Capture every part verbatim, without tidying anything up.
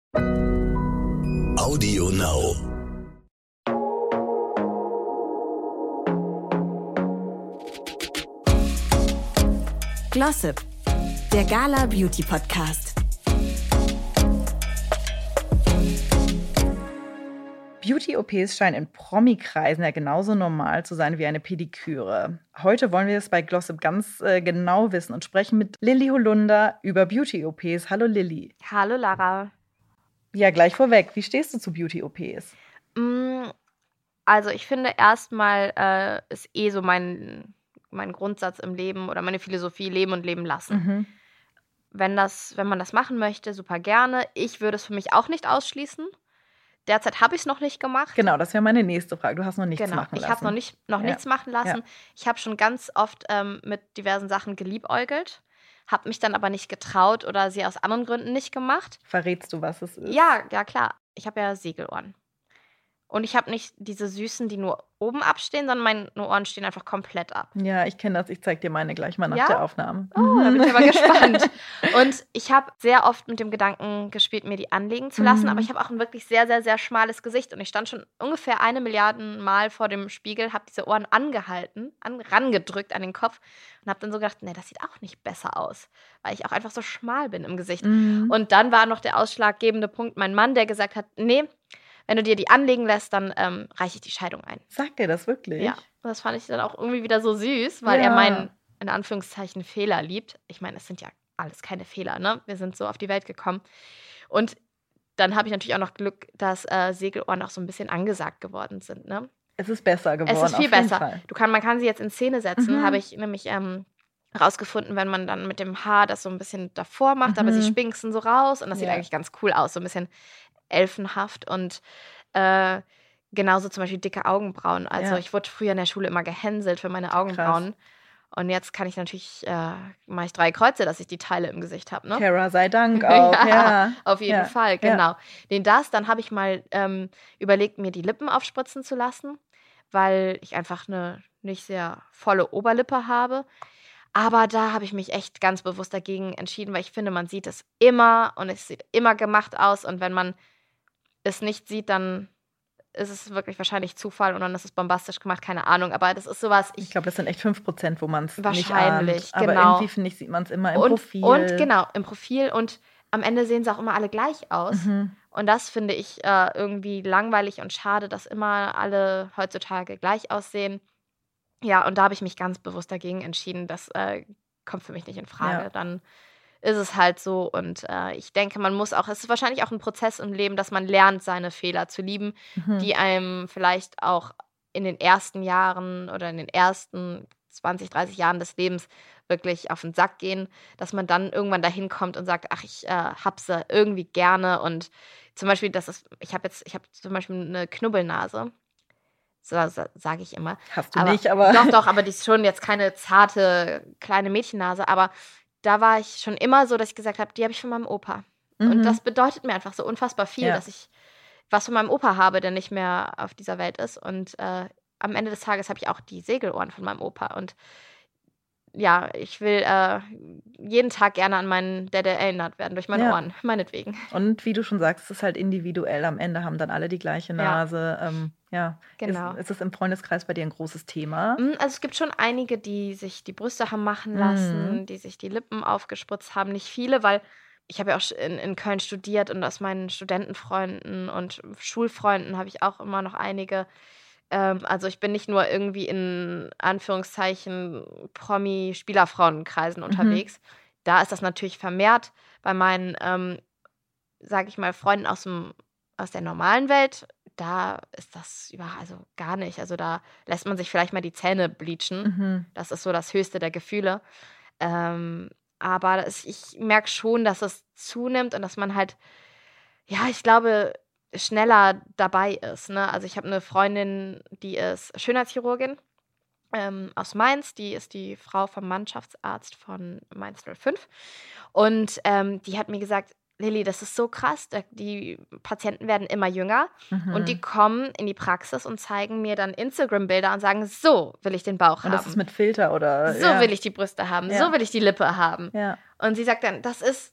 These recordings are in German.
Audio Now. Glossip, der Gala Beauty Podcast. Beauty-O Ps scheinen in Promi-Kreisen ja genauso normal zu sein wie eine Pediküre. Heute wollen wir es bei Glossip ganz äh, genau wissen und sprechen mit Lilly Holunder über Beauty-O Ps. Hallo Lilly. Hallo Lara. Ja, gleich vorweg, wie stehst du zu Beauty-O Ps? Also ich finde erstmal äh, ist eh so mein, mein Grundsatz im Leben oder meine Philosophie, leben und leben lassen. Mhm. Wenn, das, wenn man das machen möchte, super gerne. Ich würde es für mich auch nicht ausschließen. Derzeit habe ich es noch nicht gemacht. Genau, das wäre meine nächste Frage. Du hast noch nichts genau. machen lassen. Ich habe noch, nicht, noch Ja. nichts machen lassen. Ja. Ich habe schon ganz oft ähm, mit diversen Sachen geliebäugelt, habe mich dann aber nicht getraut oder sie aus anderen Gründen nicht gemacht. Verrätst du, was es ist? Ja, ja klar. Ich habe ja Segelohren. Und ich habe nicht diese süßen, die nur oben abstehen, sondern meine Ohren stehen einfach komplett ab. Ja, ich kenne das. Ich zeig dir meine gleich mal nach Ja? der Aufnahme. Oh, da bin ich aber gespannt. Und ich habe sehr oft mit dem Gedanken gespielt, mir die anlegen zu lassen. Mhm. Aber ich habe auch ein wirklich sehr, sehr, sehr schmales Gesicht. Und ich stand schon ungefähr eine Milliarde Mal vor dem Spiegel, habe diese Ohren angehalten, an, rangedrückt an den Kopf und habe dann so gedacht, nee, das sieht auch nicht besser aus, weil ich auch einfach so schmal bin im Gesicht. Mhm. Und dann war noch der ausschlaggebende Punkt mein Mann, der gesagt hat, nee, wenn du dir die anlegen lässt, dann ähm, reiche ich die Scheidung ein. Sagt er das wirklich? Ja, und das fand ich dann auch irgendwie wieder so süß, weil Ja. er meinen, in Anführungszeichen, Fehler liebt. Ich meine, es sind ja alles keine Fehler, ne? Wir sind so auf die Welt gekommen. Und dann habe ich natürlich auch noch Glück, dass äh, Segelohren auch so ein bisschen angesagt geworden sind, ne? Es ist besser geworden. Es ist viel auf jeden besser. Fall. Du kann, man kann sie jetzt in Szene setzen, Mhm. habe ich nämlich ähm, rausgefunden, wenn man dann mit dem Haar das so ein bisschen davor macht, aber Mhm. sie spinksen so raus und das sieht Ja. eigentlich ganz cool aus, so ein bisschen elfenhaft und äh, genauso zum Beispiel dicke Augenbrauen. Also Ja. ich wurde früher in der Schule immer gehänselt für meine Augenbrauen. Und jetzt kann ich natürlich, äh, mache ich drei Kreuze, dass ich die Teile im Gesicht habe, ne? Terra sei Dank auch, ja. Ja, auf jeden Ja, Fall, ja. genau. Den das, dann habe ich mal ähm, überlegt, mir die Lippen aufspritzen zu lassen, weil ich einfach eine nicht sehr volle Oberlippe habe. Aber da habe ich mich echt ganz bewusst dagegen entschieden, weil ich finde, man sieht es immer und es sieht immer gemacht aus. Und wenn man es nicht sieht, dann ist es wirklich wahrscheinlich Zufall und dann ist es bombastisch gemacht, keine Ahnung. Aber das ist sowas, Ich ich glaube, das sind echt fünf Prozent, wo man es nicht Wahrscheinlich, ahnt. Aber genau. irgendwie, finde ich, sieht man es immer im und, Profil. und genau, im Profil und am Ende sehen sie auch immer alle gleich aus. Mhm. Und das finde ich äh, irgendwie langweilig und schade, dass immer alle heutzutage gleich aussehen. Ja, und da habe ich mich ganz bewusst dagegen entschieden. Das äh, kommt für mich nicht in Frage. Ja. Dann ist es halt so. Und äh, ich denke, man muss auch, es ist wahrscheinlich auch ein Prozess im Leben, dass man lernt, seine Fehler zu lieben, Mhm. die einem vielleicht auch in den ersten Jahren oder in den ersten zwanzig, dreißig Jahren des Lebens wirklich auf den Sack gehen, dass man dann irgendwann dahin kommt und sagt, ach, ich äh, hab sie irgendwie gerne. Und zum Beispiel, das ist, ich habe jetzt, ich habe zum Beispiel eine Knubbelnase. So, so sage ich immer. Hast du nicht, aber- Doch, doch, aber die ist schon jetzt keine zarte, kleine Mädchennase. Aber da war ich schon immer so, dass ich gesagt habe, die habe ich von meinem Opa. Mhm. Und das bedeutet mir einfach so unfassbar viel, Ja. dass ich was von meinem Opa habe, der nicht mehr auf dieser Welt ist. Und äh, am Ende des Tages habe ich auch die Segelohren von meinem Opa. Und ja, ich will äh, jeden Tag gerne an meinen Dad erinnert werden durch meine Ja. Ohren, meinetwegen. Und wie du schon sagst, es ist halt individuell. Am Ende haben dann alle die gleiche Nase. Ja, ähm, ja. Genau. Ist, ist es im Freundeskreis bei dir ein großes Thema? Mm, Also es gibt schon einige, die sich die Brüste haben machen lassen, die sich die Lippen aufgespritzt haben. Nicht viele, weil ich habe ja auch in, in Köln studiert und aus meinen Studentenfreunden und Schulfreunden habe ich auch immer noch einige. Ähm, also ich bin nicht nur irgendwie in Anführungszeichen Promi-Spielerfrauenkreisen unterwegs. Da ist das natürlich vermehrt. Bei meinen, ähm, sage ich mal, Freunden aus, dem, aus der normalen Welt, da ist das über, also gar nicht. Also da lässt man sich vielleicht mal die Zähne bleachen. Mhm. Das ist so das höchste der Gefühle. Ähm, aber das, ich merke schon, dass es zunimmt und dass man halt, ja, ich glaube, schneller dabei ist. Ne? Also ich habe eine Freundin, die ist Schönheitschirurgin ähm, aus Mainz. Die ist die Frau vom Mannschaftsarzt von Mainz null fünf. Und ähm, die hat mir gesagt, Lilly, das ist so krass. Die Patienten werden immer jünger Mhm. und die kommen in die Praxis und zeigen mir dann Instagram-Bilder und sagen, so will ich den Bauch Und haben. das ist mit Filter oder? So ja. will ich die Brüste haben, Ja. so will ich die Lippe haben. Ja. Und sie sagt dann, das ist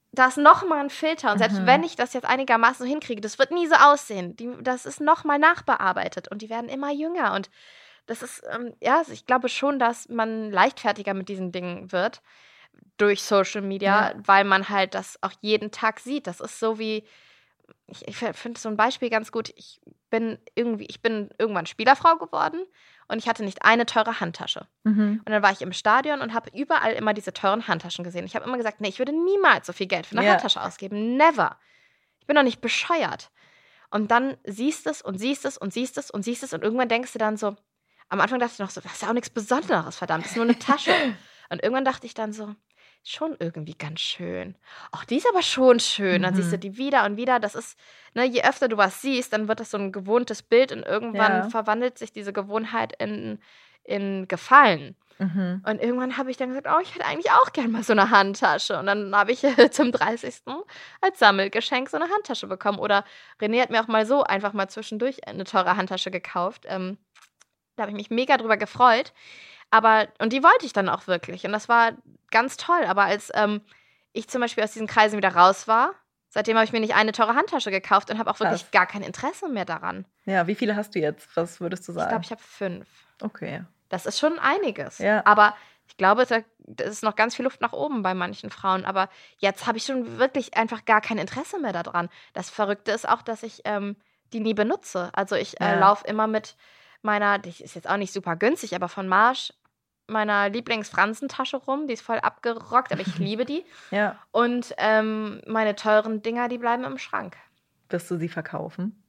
da ist nochmal ein Filter. Und selbst Mhm. wenn ich das jetzt einigermaßen so hinkriege, das wird nie so aussehen. Die, das ist nochmal nachbearbeitet und die werden immer jünger. Und das ist, ähm, ja, also ich glaube schon, dass man leichtfertiger mit diesen Dingen wird durch Social Media, Ja. weil man halt das auch jeden Tag sieht. Das ist so wie, ich, ich finde so ein Beispiel ganz gut. Ich bin irgendwie, ich bin irgendwann Spielerfrau geworden und ich hatte nicht eine teure Handtasche. Mhm. Und dann war ich im Stadion und habe überall immer diese teuren Handtaschen gesehen. Ich habe immer gesagt, nee, ich würde niemals so viel Geld für eine Ja. Handtasche ausgeben. Never. Ich bin doch nicht bescheuert. Und dann siehst es und siehst es und siehst es und siehst es und irgendwann denkst du dann so, am Anfang dachte ich noch so, das ist ja auch nichts Besonderes, verdammt, das ist nur eine Tasche. Und irgendwann dachte ich dann so, schon irgendwie ganz schön. Ach, die ist aber schon schön. Dann Mhm. siehst du die wieder und wieder. Das ist, ne, je öfter du was siehst, dann wird das so ein gewohntes Bild und irgendwann Ja. verwandelt sich diese Gewohnheit in, in Gefallen. Mhm. Und irgendwann habe ich dann gesagt, oh, ich hätte eigentlich auch gern mal so eine Handtasche. Und dann habe ich äh, zum dreißigsten als Sammelgeschenk so eine Handtasche bekommen. Oder René hat mir auch mal so einfach mal zwischendurch eine teure Handtasche gekauft. Ähm, da habe ich mich mega drüber gefreut. Aber, und die wollte ich dann auch wirklich. Und das war ganz toll. Aber als ähm, ich zum Beispiel aus diesen Kreisen wieder raus war, seitdem habe ich mir nicht eine teure Handtasche gekauft und habe auch wirklich Krass. gar kein Interesse mehr daran. Ja, wie viele hast du jetzt? Was würdest du Ich sagen? glaube, ich habe fünf. Okay. Das ist schon einiges. Ja. Aber ich glaube, da da ist noch ganz viel Luft nach oben bei manchen Frauen. Aber jetzt habe ich schon wirklich einfach gar kein Interesse mehr daran. Das Verrückte ist auch, dass ich ähm, die nie benutze. Also ich äh, Ja. laufe immer mit meiner, die ist jetzt auch nicht super günstig, aber von Marsch, meiner Lieblings-Fransentasche rum. Die ist voll abgerockt, aber ich liebe die. Ja. Und ähm, meine teuren Dinger, die bleiben im Schrank. Wirst du sie verkaufen?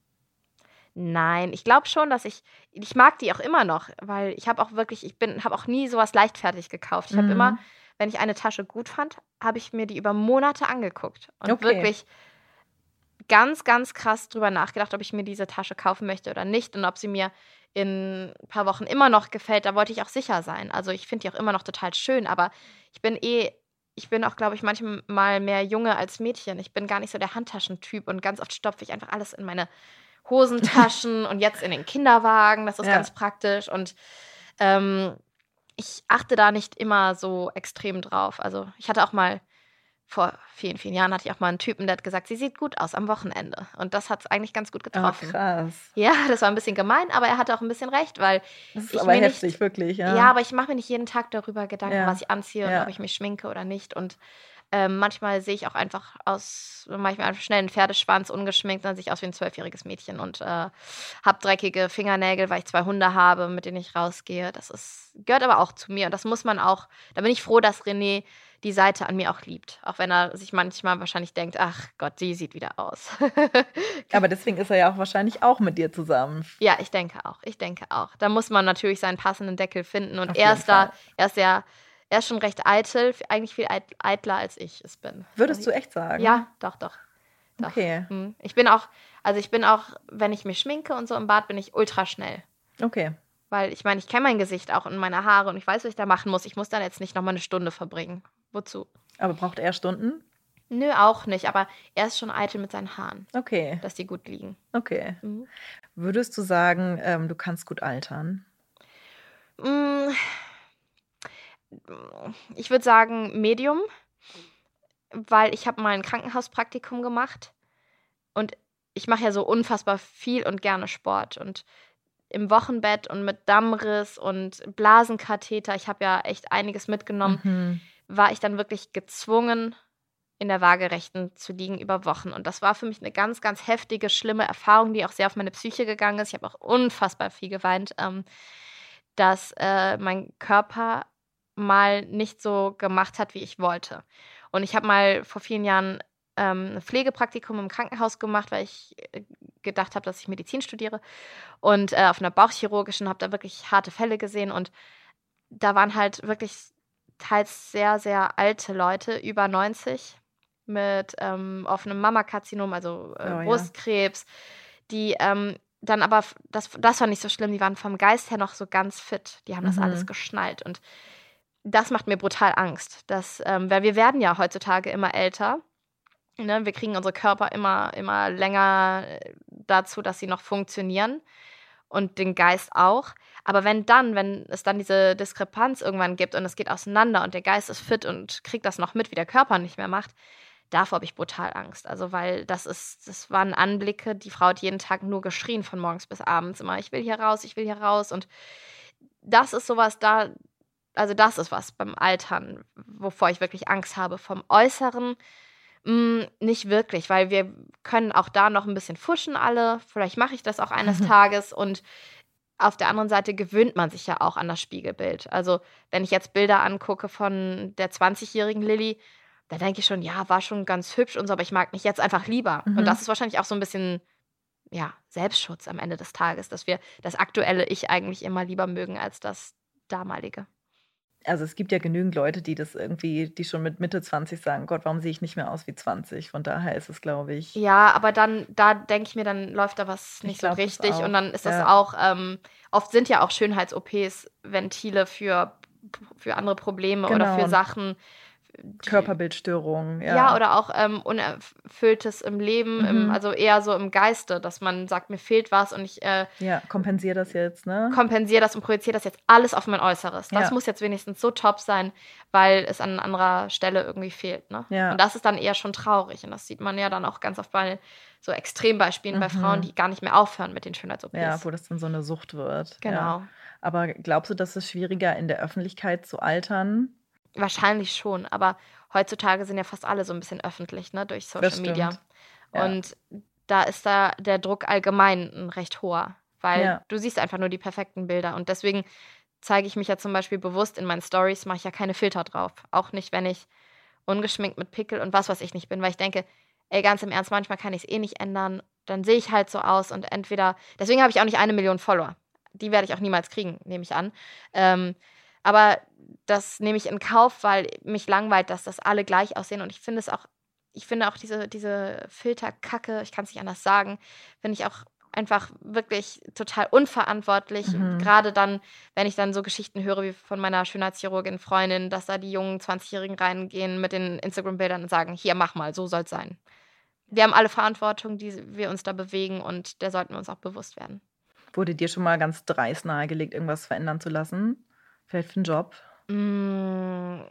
Nein, ich glaube schon, dass ich, ich mag die auch immer noch, weil ich habe auch wirklich, ich bin, habe auch nie sowas leichtfertig gekauft. Ich habe Mhm. immer, wenn ich eine Tasche gut fand, habe ich mir die über Monate angeguckt und Okay. wirklich ganz, ganz krass drüber nachgedacht, ob ich mir diese Tasche kaufen möchte oder nicht und ob sie mir in ein paar Wochen immer noch gefällt. Da wollte ich auch sicher sein. Also ich finde die auch immer noch total schön, aber ich bin eh, ich bin auch, glaube ich, manchmal mehr Junge als Mädchen. Ich bin gar nicht so der Handtaschentyp und ganz oft stopfe ich einfach alles in meine Hosentaschen und jetzt in den Kinderwagen. Das ist Ja. ganz praktisch und ähm, ich achte da nicht immer so extrem drauf. Also ich hatte auch mal vor vielen, vielen Jahren hatte ich auch mal einen Typen, der hat gesagt, sie sieht gut aus am Wochenende. Und das hat es eigentlich ganz gut Oh, getroffen. krass. Ja, das war ein bisschen gemein, aber er hatte auch ein bisschen recht, weil Das ist ich aber mir heftig, nicht, wirklich. ja. Ja, aber ich mache mir nicht jeden Tag darüber Gedanken, Ja. was ich anziehe und Ja. ob ich mich schminke oder nicht. Und ähm, manchmal sehe ich auch einfach aus, manchmal einfach schnell einen Pferdeschwanz ungeschminkt, dann sehe ich aus wie ein zwölfjähriges Mädchen und äh, habe dreckige Fingernägel, weil ich zwei Hunde habe, mit denen ich rausgehe. Das ist, gehört aber auch zu mir und das muss man auch, da bin ich froh, dass René die Seite an mir auch liebt. Auch wenn er sich manchmal wahrscheinlich denkt, ach Gott, die sieht wieder aus. aber deswegen ist er ja auch wahrscheinlich auch mit dir zusammen. Ja, ich denke auch. Ich denke auch. Da muss man natürlich seinen passenden Deckel finden. Und Auf er jeden ist da, Fall. er ist ja, er ist schon recht eitel, eigentlich viel eit- eitler als ich es bin. Würdest du echt sagen? Ja, doch, doch. doch. Okay. Hm. Ich bin auch, also ich bin auch, wenn ich mich schminke und so im Bad, bin ich ultra schnell. Okay. Weil ich meine, ich kenne mein Gesicht auch und meine Haare und ich weiß, was ich da machen muss. Ich muss dann jetzt nicht nochmal eine Stunde verbringen. Wozu? Aber braucht er Stunden? Nö, auch nicht. Aber er ist schon eitel mit seinen Haaren, Okay. dass die gut liegen. Okay. Mhm. Würdest du sagen, ähm, du kannst gut altern? Mm, Ich würde sagen Medium, weil ich habe mal ein Krankenhauspraktikum gemacht und ich mache ja so unfassbar viel und gerne Sport und im Wochenbett und mit Dammriss und Blasenkatheter, ich habe ja echt einiges mitgenommen, Mhm. war ich dann wirklich gezwungen, in der Waagerechten zu liegen über Wochen. Und das war für mich eine ganz, ganz heftige, schlimme Erfahrung, die auch sehr auf meine Psyche gegangen ist. Ich habe auch unfassbar viel geweint, ähm, dass äh, mein Körper mal nicht so gemacht hat, wie ich wollte. Und ich habe mal vor vielen Jahren ähm, ein Pflegepraktikum im Krankenhaus gemacht, weil ich äh, gedacht habe, dass ich Medizin studiere. Und äh, auf einer bauchchirurgischen habe da wirklich harte Fälle gesehen. Und da waren halt wirklich teils sehr, sehr alte Leute, über neunzig, mit ähm, offenem Mammakarzinom, also äh, Oh, ja. Brustkrebs, die ähm, dann aber, das, das war nicht so schlimm, die waren vom Geist her noch so ganz fit. Die haben das Mhm. alles geschnallt. Und das macht mir brutal Angst. Dass, ähm, weil wir werden ja heutzutage immer älter. Ne? Wir kriegen unsere Körper immer, immer länger äh, dazu, dass sie noch funktionieren. Und den Geist auch. Aber wenn dann, wenn es dann diese Diskrepanz irgendwann gibt und es geht auseinander und der Geist ist fit und kriegt das noch mit, wie der Körper nicht mehr macht, davor habe ich brutal Angst. Also, weil das ist, das waren Anblicke, die Frau hat jeden Tag nur geschrien von morgens bis abends immer, ich will hier raus, ich will hier raus. Und das ist sowas da, also das ist was beim Altern, wovor ich wirklich Angst habe. Vom Äußeren mh, nicht wirklich, weil wir können auch da noch ein bisschen fuschen alle. Vielleicht mache ich das auch eines Tages und auf der anderen Seite gewöhnt man sich ja auch an das Spiegelbild. Also wenn ich jetzt Bilder angucke von der zwanzigjährigen Lilly, da denke ich schon, ja, war schon ganz hübsch und so, aber ich mag mich jetzt einfach lieber. Mhm. Und das ist wahrscheinlich auch so ein bisschen, ja, Selbstschutz am Ende des Tages, dass wir das aktuelle Ich eigentlich immer lieber mögen als das damalige. Also es gibt ja genügend Leute, die das irgendwie, die schon mit Mitte zwanzig sagen, Gott, warum sehe ich nicht mehr aus wie zwanzig? Von daher ist es, glaube ich. Ja, aber dann, da denke ich mir, dann läuft da was nicht so richtig. Und dann ist das ja auch, ähm, oft sind ja auch Schönheits-O Ps Ventile für, für andere Probleme Genau. oder für Sachen. Körperbildstörungen, ja. Ja, oder auch ähm, Unerfülltes im Leben, Mhm. im, also eher so im Geiste, dass man sagt, mir fehlt was und ich äh, Ja, kompensiere das jetzt, ne? kompensiere das und projiziere das jetzt alles auf mein Äußeres. Das Ja. muss jetzt wenigstens so top sein, weil es an anderer Stelle irgendwie fehlt. Ne? Ja. Und das ist dann eher schon traurig. Und das sieht man ja dann auch ganz oft bei so Extrembeispielen bei Mhm. Frauen, die gar nicht mehr aufhören mit den Schönheits-O Ps. Ja, wo das dann so eine Sucht wird. Genau. Ja. Aber glaubst du, dass es schwieriger in der Öffentlichkeit zu altern? Wahrscheinlich schon, aber heutzutage sind ja fast alle so ein bisschen öffentlich, ne, durch Social Das stimmt. Media. Ja. Und da ist da der Druck allgemein ein recht hoher, weil Ja. du siehst einfach nur die perfekten Bilder. Und deswegen zeige ich mich ja zum Beispiel bewusst in meinen Stories, mache ich ja keine Filter drauf. Auch nicht, wenn ich ungeschminkt mit Pickel und was weiß ich nicht bin, weil ich denke, ey, ganz im Ernst, manchmal kann ich es eh nicht ändern. Dann sehe ich halt so aus und entweder, deswegen habe ich auch nicht eine Million Follower. Die werde ich auch niemals kriegen, nehme ich an. Ähm, aber das nehme ich in Kauf, weil mich langweilt, dass das alle gleich aussehen. Und ich finde es auch, ich finde auch diese, diese Filterkacke, ich kann es nicht anders sagen, finde ich auch einfach wirklich total unverantwortlich. Mhm. Gerade dann, wenn ich dann so Geschichten höre wie von meiner Schönheitschirurgin Freundin, dass da die jungen zwanzigjährigen reingehen mit den Instagram-Bildern und sagen, hier, mach mal, so soll es sein. Wir haben alle Verantwortung, die wir uns da bewegen und der sollten wir uns auch bewusst werden. Wurde dir schon mal ganz dreist nahegelegt, irgendwas verändern zu lassen? Vielleicht für einen Job? Mm,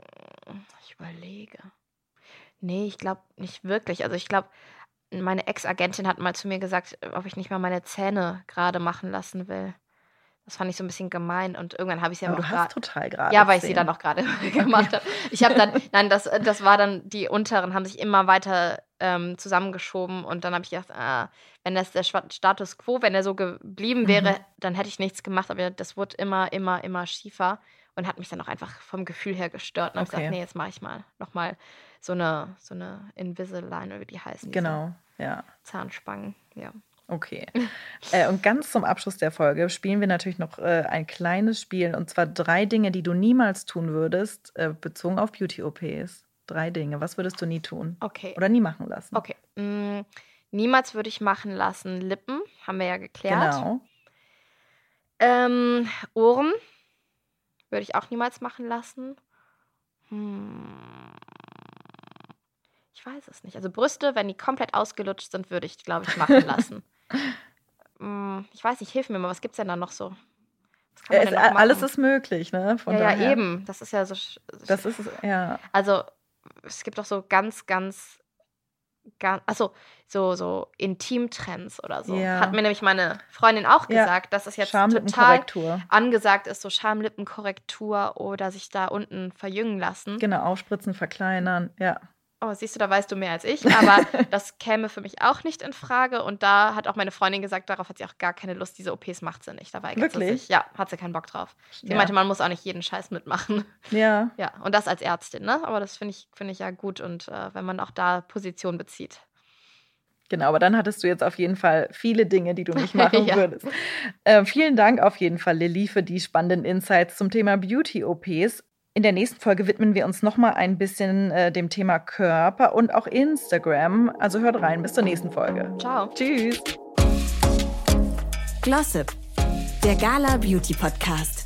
Ich überlege. Nee, ich glaube nicht wirklich. Also ich glaube, meine Ex-Agentin hat mal zu mir gesagt, ob ich nicht mal meine Zähne gerade machen lassen will. Das fand ich so ein bisschen gemein und irgendwann habe ich sie Aber aber du auch hast gra- total gerade Ja, weil ich sie Zähne. dann auch gerade gemacht habe. Ich habe dann, nein, das, das war dann, die unteren haben sich immer weiter ähm, zusammengeschoben und dann habe ich gedacht, ah, wenn das der Schwa- Status quo, wenn er so geblieben wäre, Mhm. dann hätte ich nichts gemacht, aber das wurde immer, immer, immer schiefer und hat mich dann auch einfach vom Gefühl her gestört und habe Okay. gesagt, nee, jetzt mache ich mal nochmal so eine, so eine Invisalign, oder wie die heißen, diese Genau, ja. Zahnspangen, ja. Okay. äh, und ganz zum Abschluss der Folge spielen wir natürlich noch äh, ein kleines Spiel. Und zwar drei Dinge, die du niemals tun würdest, äh, bezogen auf Beauty-O Ps. Drei Dinge. Was würdest du nie tun? Okay. Oder nie machen lassen? Okay. Mm, niemals würde ich machen lassen Lippen, haben wir ja geklärt. Genau. Ähm, Ohren würde ich auch niemals machen lassen. Hm. Ich weiß es nicht. Also Brüste, wenn die komplett ausgelutscht sind, würde ich, glaube ich, machen lassen. Hm, ich weiß nicht, hilf mir mal, was gibt es denn da noch so? Was kann Äh, man es, denn noch machen? alles ist möglich, ne? Von ja, ja, daher. eben. Das ist ja so. sch- Das ist es, ja. Also, es gibt doch so ganz, ganz, ganz, achso, so, so Intimtrends oder so. Ja. Hat mir nämlich meine Freundin auch Ja. gesagt, dass es jetzt total Schamlippenkorrektur. angesagt ist, so Schamlippenkorrektur oder sich da unten verjüngen lassen. Genau, aufspritzen, verkleinern. Ja. Oh, siehst du, da weißt du mehr als ich, aber das käme für mich auch nicht in Frage. Und da hat auch meine Freundin gesagt, darauf hat sie auch gar keine Lust. Diese O Ps macht sie nicht. Da weigert sie Wirklich? sich. Ja, hat sie keinen Bock drauf. Sie Ja. meinte, man muss auch nicht jeden Scheiß mitmachen. Ja. Ja, und das als Ärztin, ne? Aber das finde ich, finde ich ja gut und äh, wenn man auch da Position bezieht. Genau, aber dann hattest du jetzt auf jeden Fall viele Dinge, die du nicht machen Ja. würdest. Äh, vielen Dank auf jeden Fall, Lilly, für die spannenden Insights zum Thema Beauty-O Ps. In der nächsten Folge widmen wir uns nochmal ein bisschen äh, dem Thema Körper und auch Instagram. Also hört rein, bis zur nächsten Folge. Ciao. Tschüss. Glossip, der Gala Beauty Podcast.